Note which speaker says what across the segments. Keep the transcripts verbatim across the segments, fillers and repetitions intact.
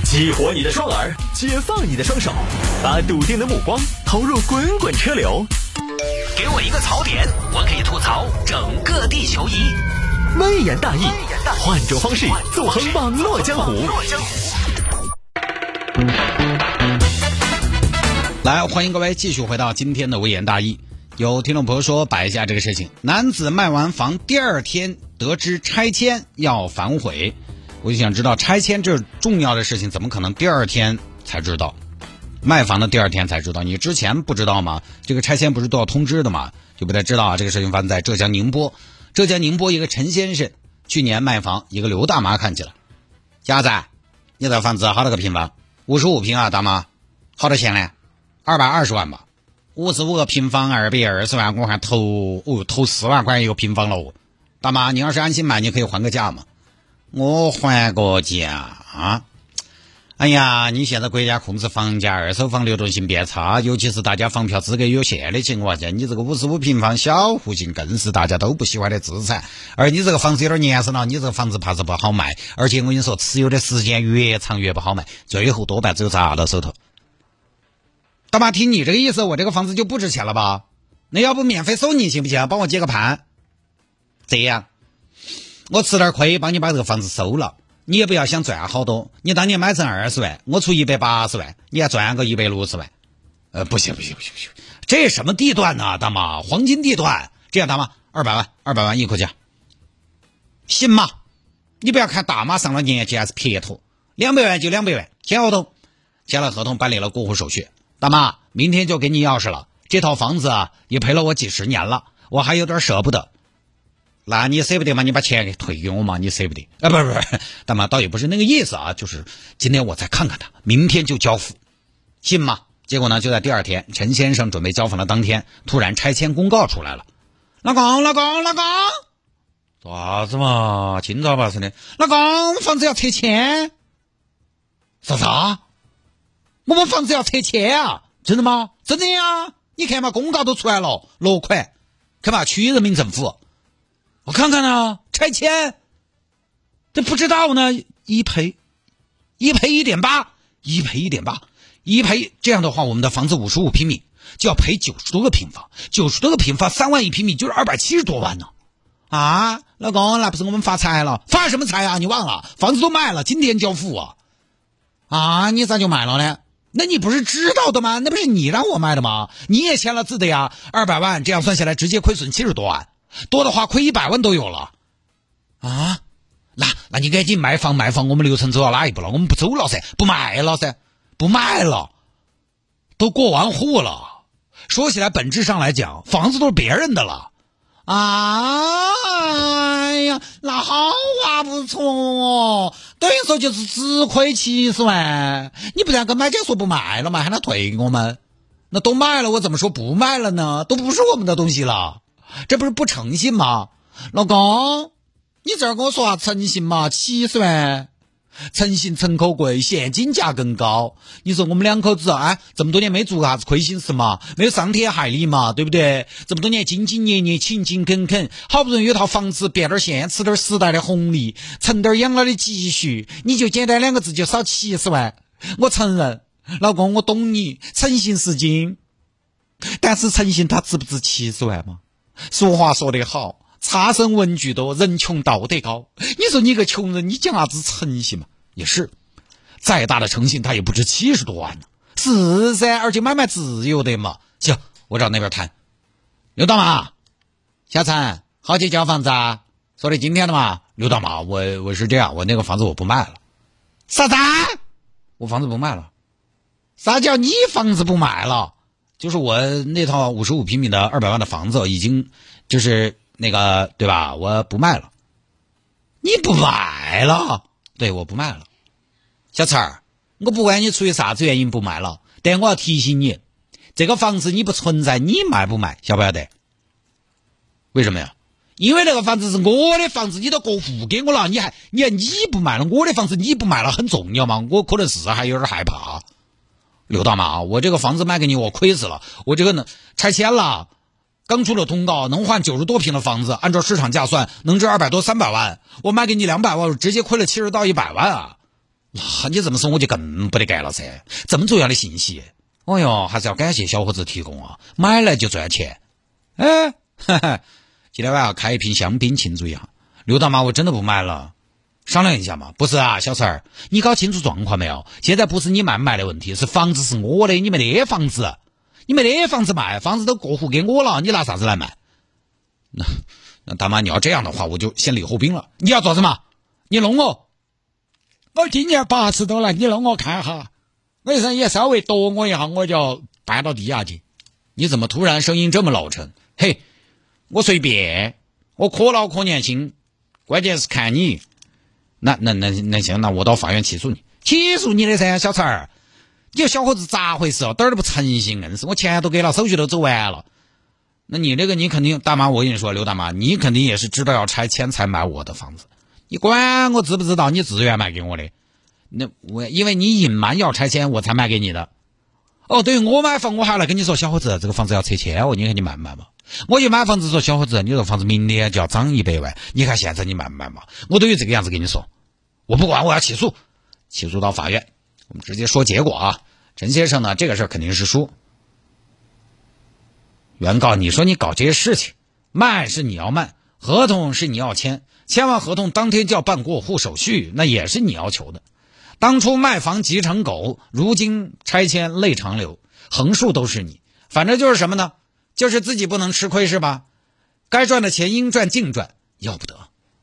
Speaker 1: 激活你的双耳，解放你的双手，把笃定的目光投入滚滚车流。给我一个槽点，我可以吐槽整个地球仪。微言大义，换种方式纵横网络江湖。
Speaker 2: 来，欢迎各位继续回到今天的微言大义。有听众朋友说摆一下这个事情，男子卖完房第二天得知拆迁要反悔，我就想知道拆迁这重要的事情怎么可能第二天才知道？卖房的第二天才知道，你之前不知道吗？这个拆迁不是都要通知的吗？就不太知道啊。这个事情发生在浙江宁波，浙江宁波一个陈先生去年卖房，一个刘大妈看起来，家子，你这房子好多个平方？五十五平啊，大妈，好多钱呢？二百二十万吧。五十五个平方，二百二十万，我还投哦投四万块一个平方了。大妈，你要是安心买，你可以还个价嘛。我还个价啊！哎呀，你现在国家控制房价，二手房流动性变差，尤其是大家房票资格有限的情况下，你这个五十五平方小户型更是大家都不喜欢的资产。而你这个房子有点年深了，你这个房子怕是不好卖，而且我跟你说，持有的时间越长越不好卖，最后多半只有砸到手头。大妈，听你这个意思，我这个房子就不值钱了吧？那要不免费送你行不行？帮我接个盘。这样，我吃点亏，帮你把这个房子收了。你也不要想赚好多，你当年买成二十万，我出一百八十万，你还赚个一百六十万。呃，不行不行不行不行，这什么地段呢？大妈，黄金地段。这样，大妈，二百万，二百万一口价，行吗？你不要看大妈上了年纪还是撇脱，两百万就两百万，签合同。签了合同，办理了过户手续。大妈，明天就给你钥匙了。这套房子啊，也陪了我几十年了，我还有点舍不得。那你舍不得吗？你把钱给退给我嘛？你舍不得？啊，不是不是，大妈倒也不是那个意思啊，就是今天我再看看他，明天就交付，信吗？结果呢，就在第二天，陈先生准备交房的当天，突然拆迁公告出来了。老公，老公，老公，啥子嘛？今早吧似的。老公，房子要拆迁。啥啥？我们房子要拆迁啊？真的吗？真的呀！你看嘛，公告都出来了，落款，看嘛，区人民政府。我看看啊，拆迁，这不知道呢。一赔，一赔一点八，一赔一点八，一赔。这样的话，我们的房子五十五平米就要赔九十多个平方，九十多个平方，三万一平米就是二百七十多万呢。啊，老公，那不是我们发财了？发什么财啊？你忘了？房子都卖了，今天交付啊！啊，你咋就买了呢？那你不是知道的吗？那不是你让我卖的吗？你也签了字的呀。二百万，这样算下来直接亏损七十多万，多的话亏一百万都有了。啊，那那你赶紧卖房卖房，我们流程走到哪一步了？我们不走了噻，不卖了噻，不卖了，都过完户了。说起来，本质上来讲，房子都是别人的了。啊，哎呀，那好话不错哦，等于说就是只亏七十万。你不然跟买家说不卖了嘛，喊他退给我们。那都卖了，我怎么说不卖了呢？都不是我们的东西了，这不是不诚信吗？老公，你这儿跟我说下诚信嘛，七十万。诚信诚口贵，现金价更高。你说我们两口子啊，这么多年没做啥子亏心事嘛，没有伤天害理嘛，对不对？这么多年兢兢业业，勤勤恳恳，好不容易有套房子变点现，吃点时代的红利，存点养老的积蓄，你就简单两个字就少七十万。我承认，老公，我懂你，诚信是金，但是诚信它值不值七十万吗？俗话说得好，差生文具多，人穷道德高。你说你个穷人，你讲啥子诚信嘛？也是，再大的诚信他也不值七十多万呢。是噻，而且买卖自由的嘛。行，我找那边谈。刘大妈，小陈，好久交房子啊？说的今天的嘛。刘大妈，我我是这样，我那个房子我不卖了。啥子？我房子不卖了？啥叫你房子不卖了？就是我那套五十五平米的二百万的房子已经就是那个对吧？我不卖了。你不卖了？对，我不卖了。小陈儿，我不管你出于啥子原因不卖了，但我要提醒你，这个房子你不存在，你卖不卖，晓不晓得？为什么呀？因为那个房子是我的房子，你都过户给我了，你还你还你不卖了，我的房子你不卖了很重要吗？我可能是还有点害怕。刘大妈，我这个房子卖给你，我亏死了，我这个呢拆迁了。刚出了通告，能换九十多平的房子，按照市场价算能值二百多三百万，我卖给你两百万，我直接亏了七十到一百万啊！ 那你这么说我就更不得干了噻，这么重要的信息，哦哟，还是要感谢小伙子提供啊，买来就赚钱。哎，哈哈，今天晚上开一瓶香槟庆祝一下。刘大妈，我真的不买了，商量一下嘛。不是啊，小陈儿，你搞清楚状况没有？现在不是你卖不卖的问题，是房子是我的，你没得房子，你没得房子卖，房子都过户给我了，你拿啥子来卖？那那大妈，你要这样的话，我就先礼后兵了。你要做什么？你弄我。
Speaker 3: 我今年八十多了，你弄我看哈，我一声也稍微躲我一下，我就搬到地下去。
Speaker 2: 你怎么突然声音这么老成？嘿，我随便，我可老可年轻，关键是看你。那那那那行，那我到法院起诉你，起诉你的噻，小陈儿，你这小伙子咋回事哦？点儿都不诚信，硬是我钱都给了，手续都走完了。那你这个你肯定，大妈，我跟你说，刘大妈，你肯定也是知道要拆迁才买我的房子。你管我知不知道你自愿卖给我的？那我因为你隐瞒要拆迁，我才卖给你的。哦，对于我买房，我还来跟你说，小伙子，这个房子要拆迁哦，你看你买不买嘛？我一买房子说，小伙子，你这个房子明年就要涨一百万，你看现在你买不买嘛？我都有这个样子跟你说，我不管，我要起诉，起诉到法院，我们直接说结果啊。陈先生呢，这个事儿肯定是输。原告，你说你搞这些事情，卖是你要卖，合同是你要签。签完合同当天就要办过户手续，那也是你要求的。当初卖房急成狗，如今拆迁泪长流，横竖都是你。反正就是什么呢？就是自己不能吃亏是吧？该赚的钱应赚尽赚，要不得。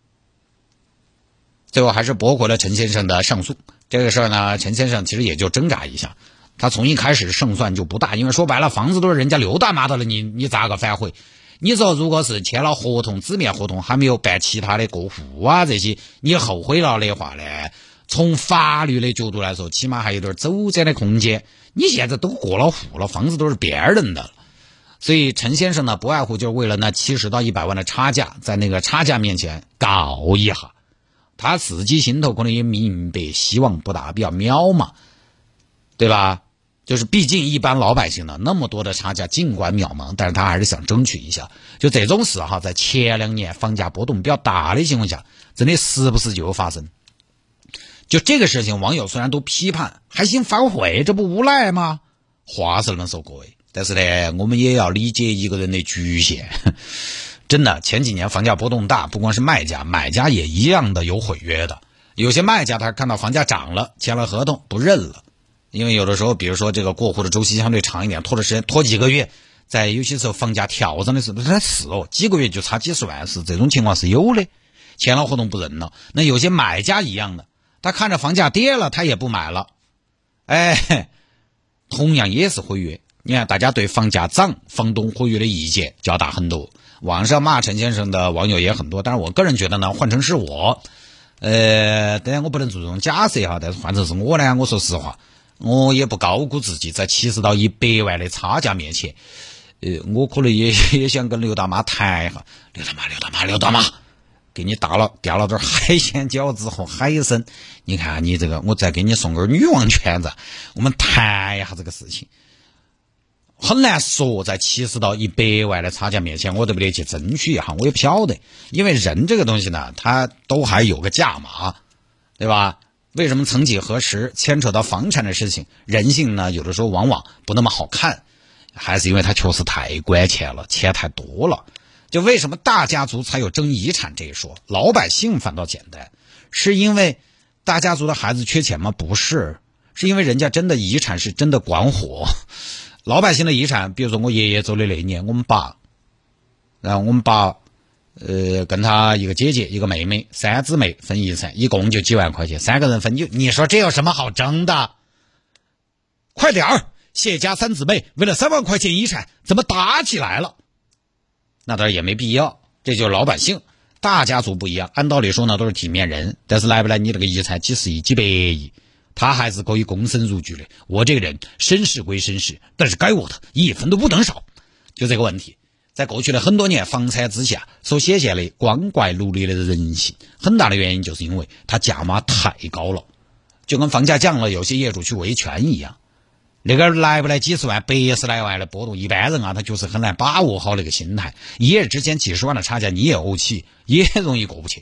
Speaker 2: 最后还是驳回了陈先生的上诉。这个事儿呢，陈先生其实也就挣扎一下，他从一开始胜算就不大，因为说白了房子都是人家刘大妈的了，你你咋个反悔？你说如果是签了合同，纸面合同还没有办其他的过户啊这些，你后悔了的话呢，从法律的角度来说，起码还有点走展的空间。你现在都过了户了，房子都是别人的了，所以陈先生呢，不外乎就是为了那七十到一百万的差价，在那个差价面前搞一下。他自己心头可能也明白，希望不大，比较渺茫，对吧？就是毕竟一般老百姓呢，那么多的差价，尽管渺茫，但是他还是想争取一下。就这种事哈，在前两年房价波动比较大的情况下，真的时不时就有发生。就这个事情，网友虽然都批判，还行反悔，这不无赖吗？话是那么说各位，但是呢，我们也要理解一个人的局限。真的，前几年房价波动大，不光是卖家，买家也一样的有毁约的。有些卖家他看到房价涨了，签了合同不认了。因为有的时候，比如说这个过户的周期相对长一点，拖的时间拖几个月，在有些时候房价调整的时候，它是哦，几个月就差几十万，是这种情况是有的。签了合同不认了，那有些买家一样的，他看着房价跌了，他也不买了，哎，同样也是毁约。你看，大家对房价涨、房东毁约的意见较大很多。网上骂陈先生的网友也很多，但是我个人觉得呢，换成是我，呃，当然我不能做这种假设哈，但是换成是我呢，我说实话。我也不高估自己，在七十到一百万的差价面前，呃，我可能也也想跟刘大妈谈一下。刘大妈，刘大妈，刘大妈，给你打了掉了点海鲜饺子和海参，你看你这个，我再给你送根女王圈子，我们谈一下这个事情。很难说，在七十到一百万的差价面前，我对不对去争取一下，我也不晓得，因为人这个东西呢，它都还有个价码，对吧？为什么曾几何时牵扯到房产的事情，人性呢有的时候往往不那么好看，还是因为它确实太关键了，钱太多了。就为什么大家族才有争遗产这一说，老百姓反倒简单，是因为大家族的孩子缺钱吗？不是，是因为人家真的遗产是真的管火。老百姓的遗产，比如说我爷爷走的那一年，我们爸，然后我们爸呃，跟他一个姐姐一个妹妹，三姊妹分遗产，一共就几万块钱，三个人分，你你说这有什么好争的？快点儿，谢家三姊妹为了三万块钱遗产怎么打起来了？那当然也没必要，这就是老百姓。大家族不一样，按道理说呢都是体面人，但是来不来你这个遗产几十亿几百亿，他还是可以躬身入局的。我这个人绅士归绅士，但是该我的一分都不能少，就这个问题。在过去的很多年房产之下所显现的光怪陆离的人性，很大的原因就是因为它价码太高了，就跟房价降了有些业主去维权一样，那个来不来几十万百十来万的波动，一般人啊他就是很难把握好那个心态，一夜之间几十万的差价你也怄气，也容易过不去。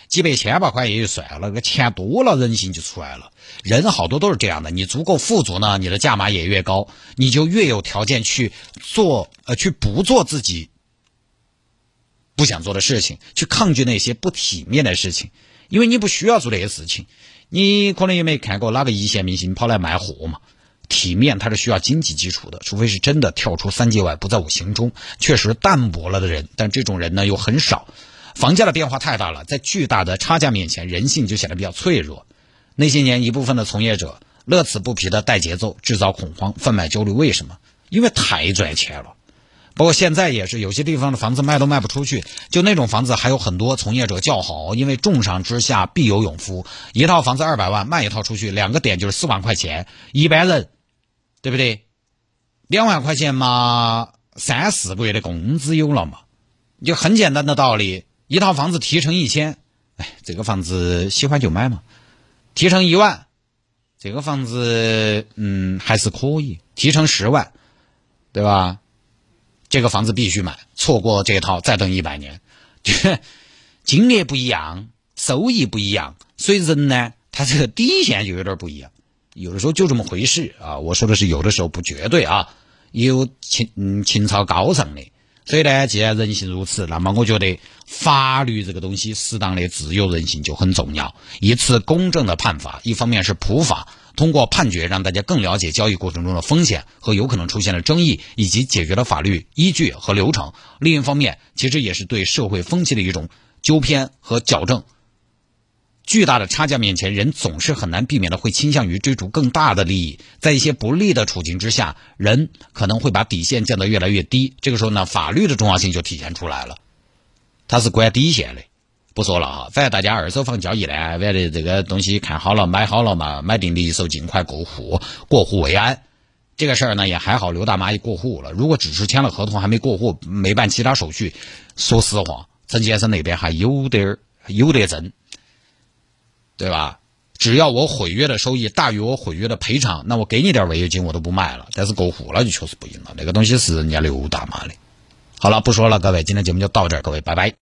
Speaker 2: 几百千把块也就算了，个钱多了人性就出来了。人好多都是这样的，你足够富足呢，你的价码也越高，你就越有条件去做呃去不做自己不想做的事情，去抗拒那些不体面的事情，因为你不需要做那些事情。你可能也没看过哪个一线明星跑来卖货嘛，体面它是需要经济基础的，除非是真的跳出三界外不在五行中，确实淡薄了的人，但这种人呢又很少。房价的变化太大了，在巨大的差价面前，人性就显得比较脆弱。那些年一部分的从业者乐此不疲的带节奏，制造恐慌，贩卖焦虑。为什么？因为太赚钱了。包括现在也是，有些地方的房子卖都卖不出去，就那种房子还有很多从业者叫好，因为重赏之下必有勇夫，一套房子二百万卖一套出去，两个点就是四万块钱，一般人对不对？两万块钱嘛，三四个月的工资有了嘛，就很简单的道理，一套房子提成一千，哎，这个房子喜欢就买嘛。提成一万，这个房子嗯还是可以，提成十万，对吧？这个房子必须买，错过这套再等一百年。经历不一样，收益不一样，所以人呢，他这个底线就有点不一样。有的时候就这么回事啊，我说的是有的时候不绝对啊，有情嗯情操高尚的。所以呢，既然人性如此，那么我觉得法律这个东西适当的自由人性就很重要。一次公正的判罚，一方面是普法，通过判决让大家更了解交易过程中的风险和有可能出现的争议，以及解决的法律依据和流程。另一方面，其实也是对社会风气的一种纠偏和矫正。巨大的差价面前，人总是很难避免的会倾向于追逐更大的利益，在一些不利的处境之下，人可能会把底线降得越来越低。这个时候呢，法律的重要性就体现出来了，它是管底线的。不说了哈，反正大家二手房交易呢，反正这个东西看好了买好了嘛，买定离手尽快过户，过户为安。这个事儿呢也还好，刘大妈也过户了。如果只是签了合同还没过户，没办其他手续，说实话，陈先生那边还有点有点争。对吧？只要我毁约的收益大于我毁约的赔偿，那我给你点违约金我都不卖了。但是过户了就确实不行了，那个东西是人家刘大妈的。好了，不说了，各位，今天节目就到这儿，各位拜拜。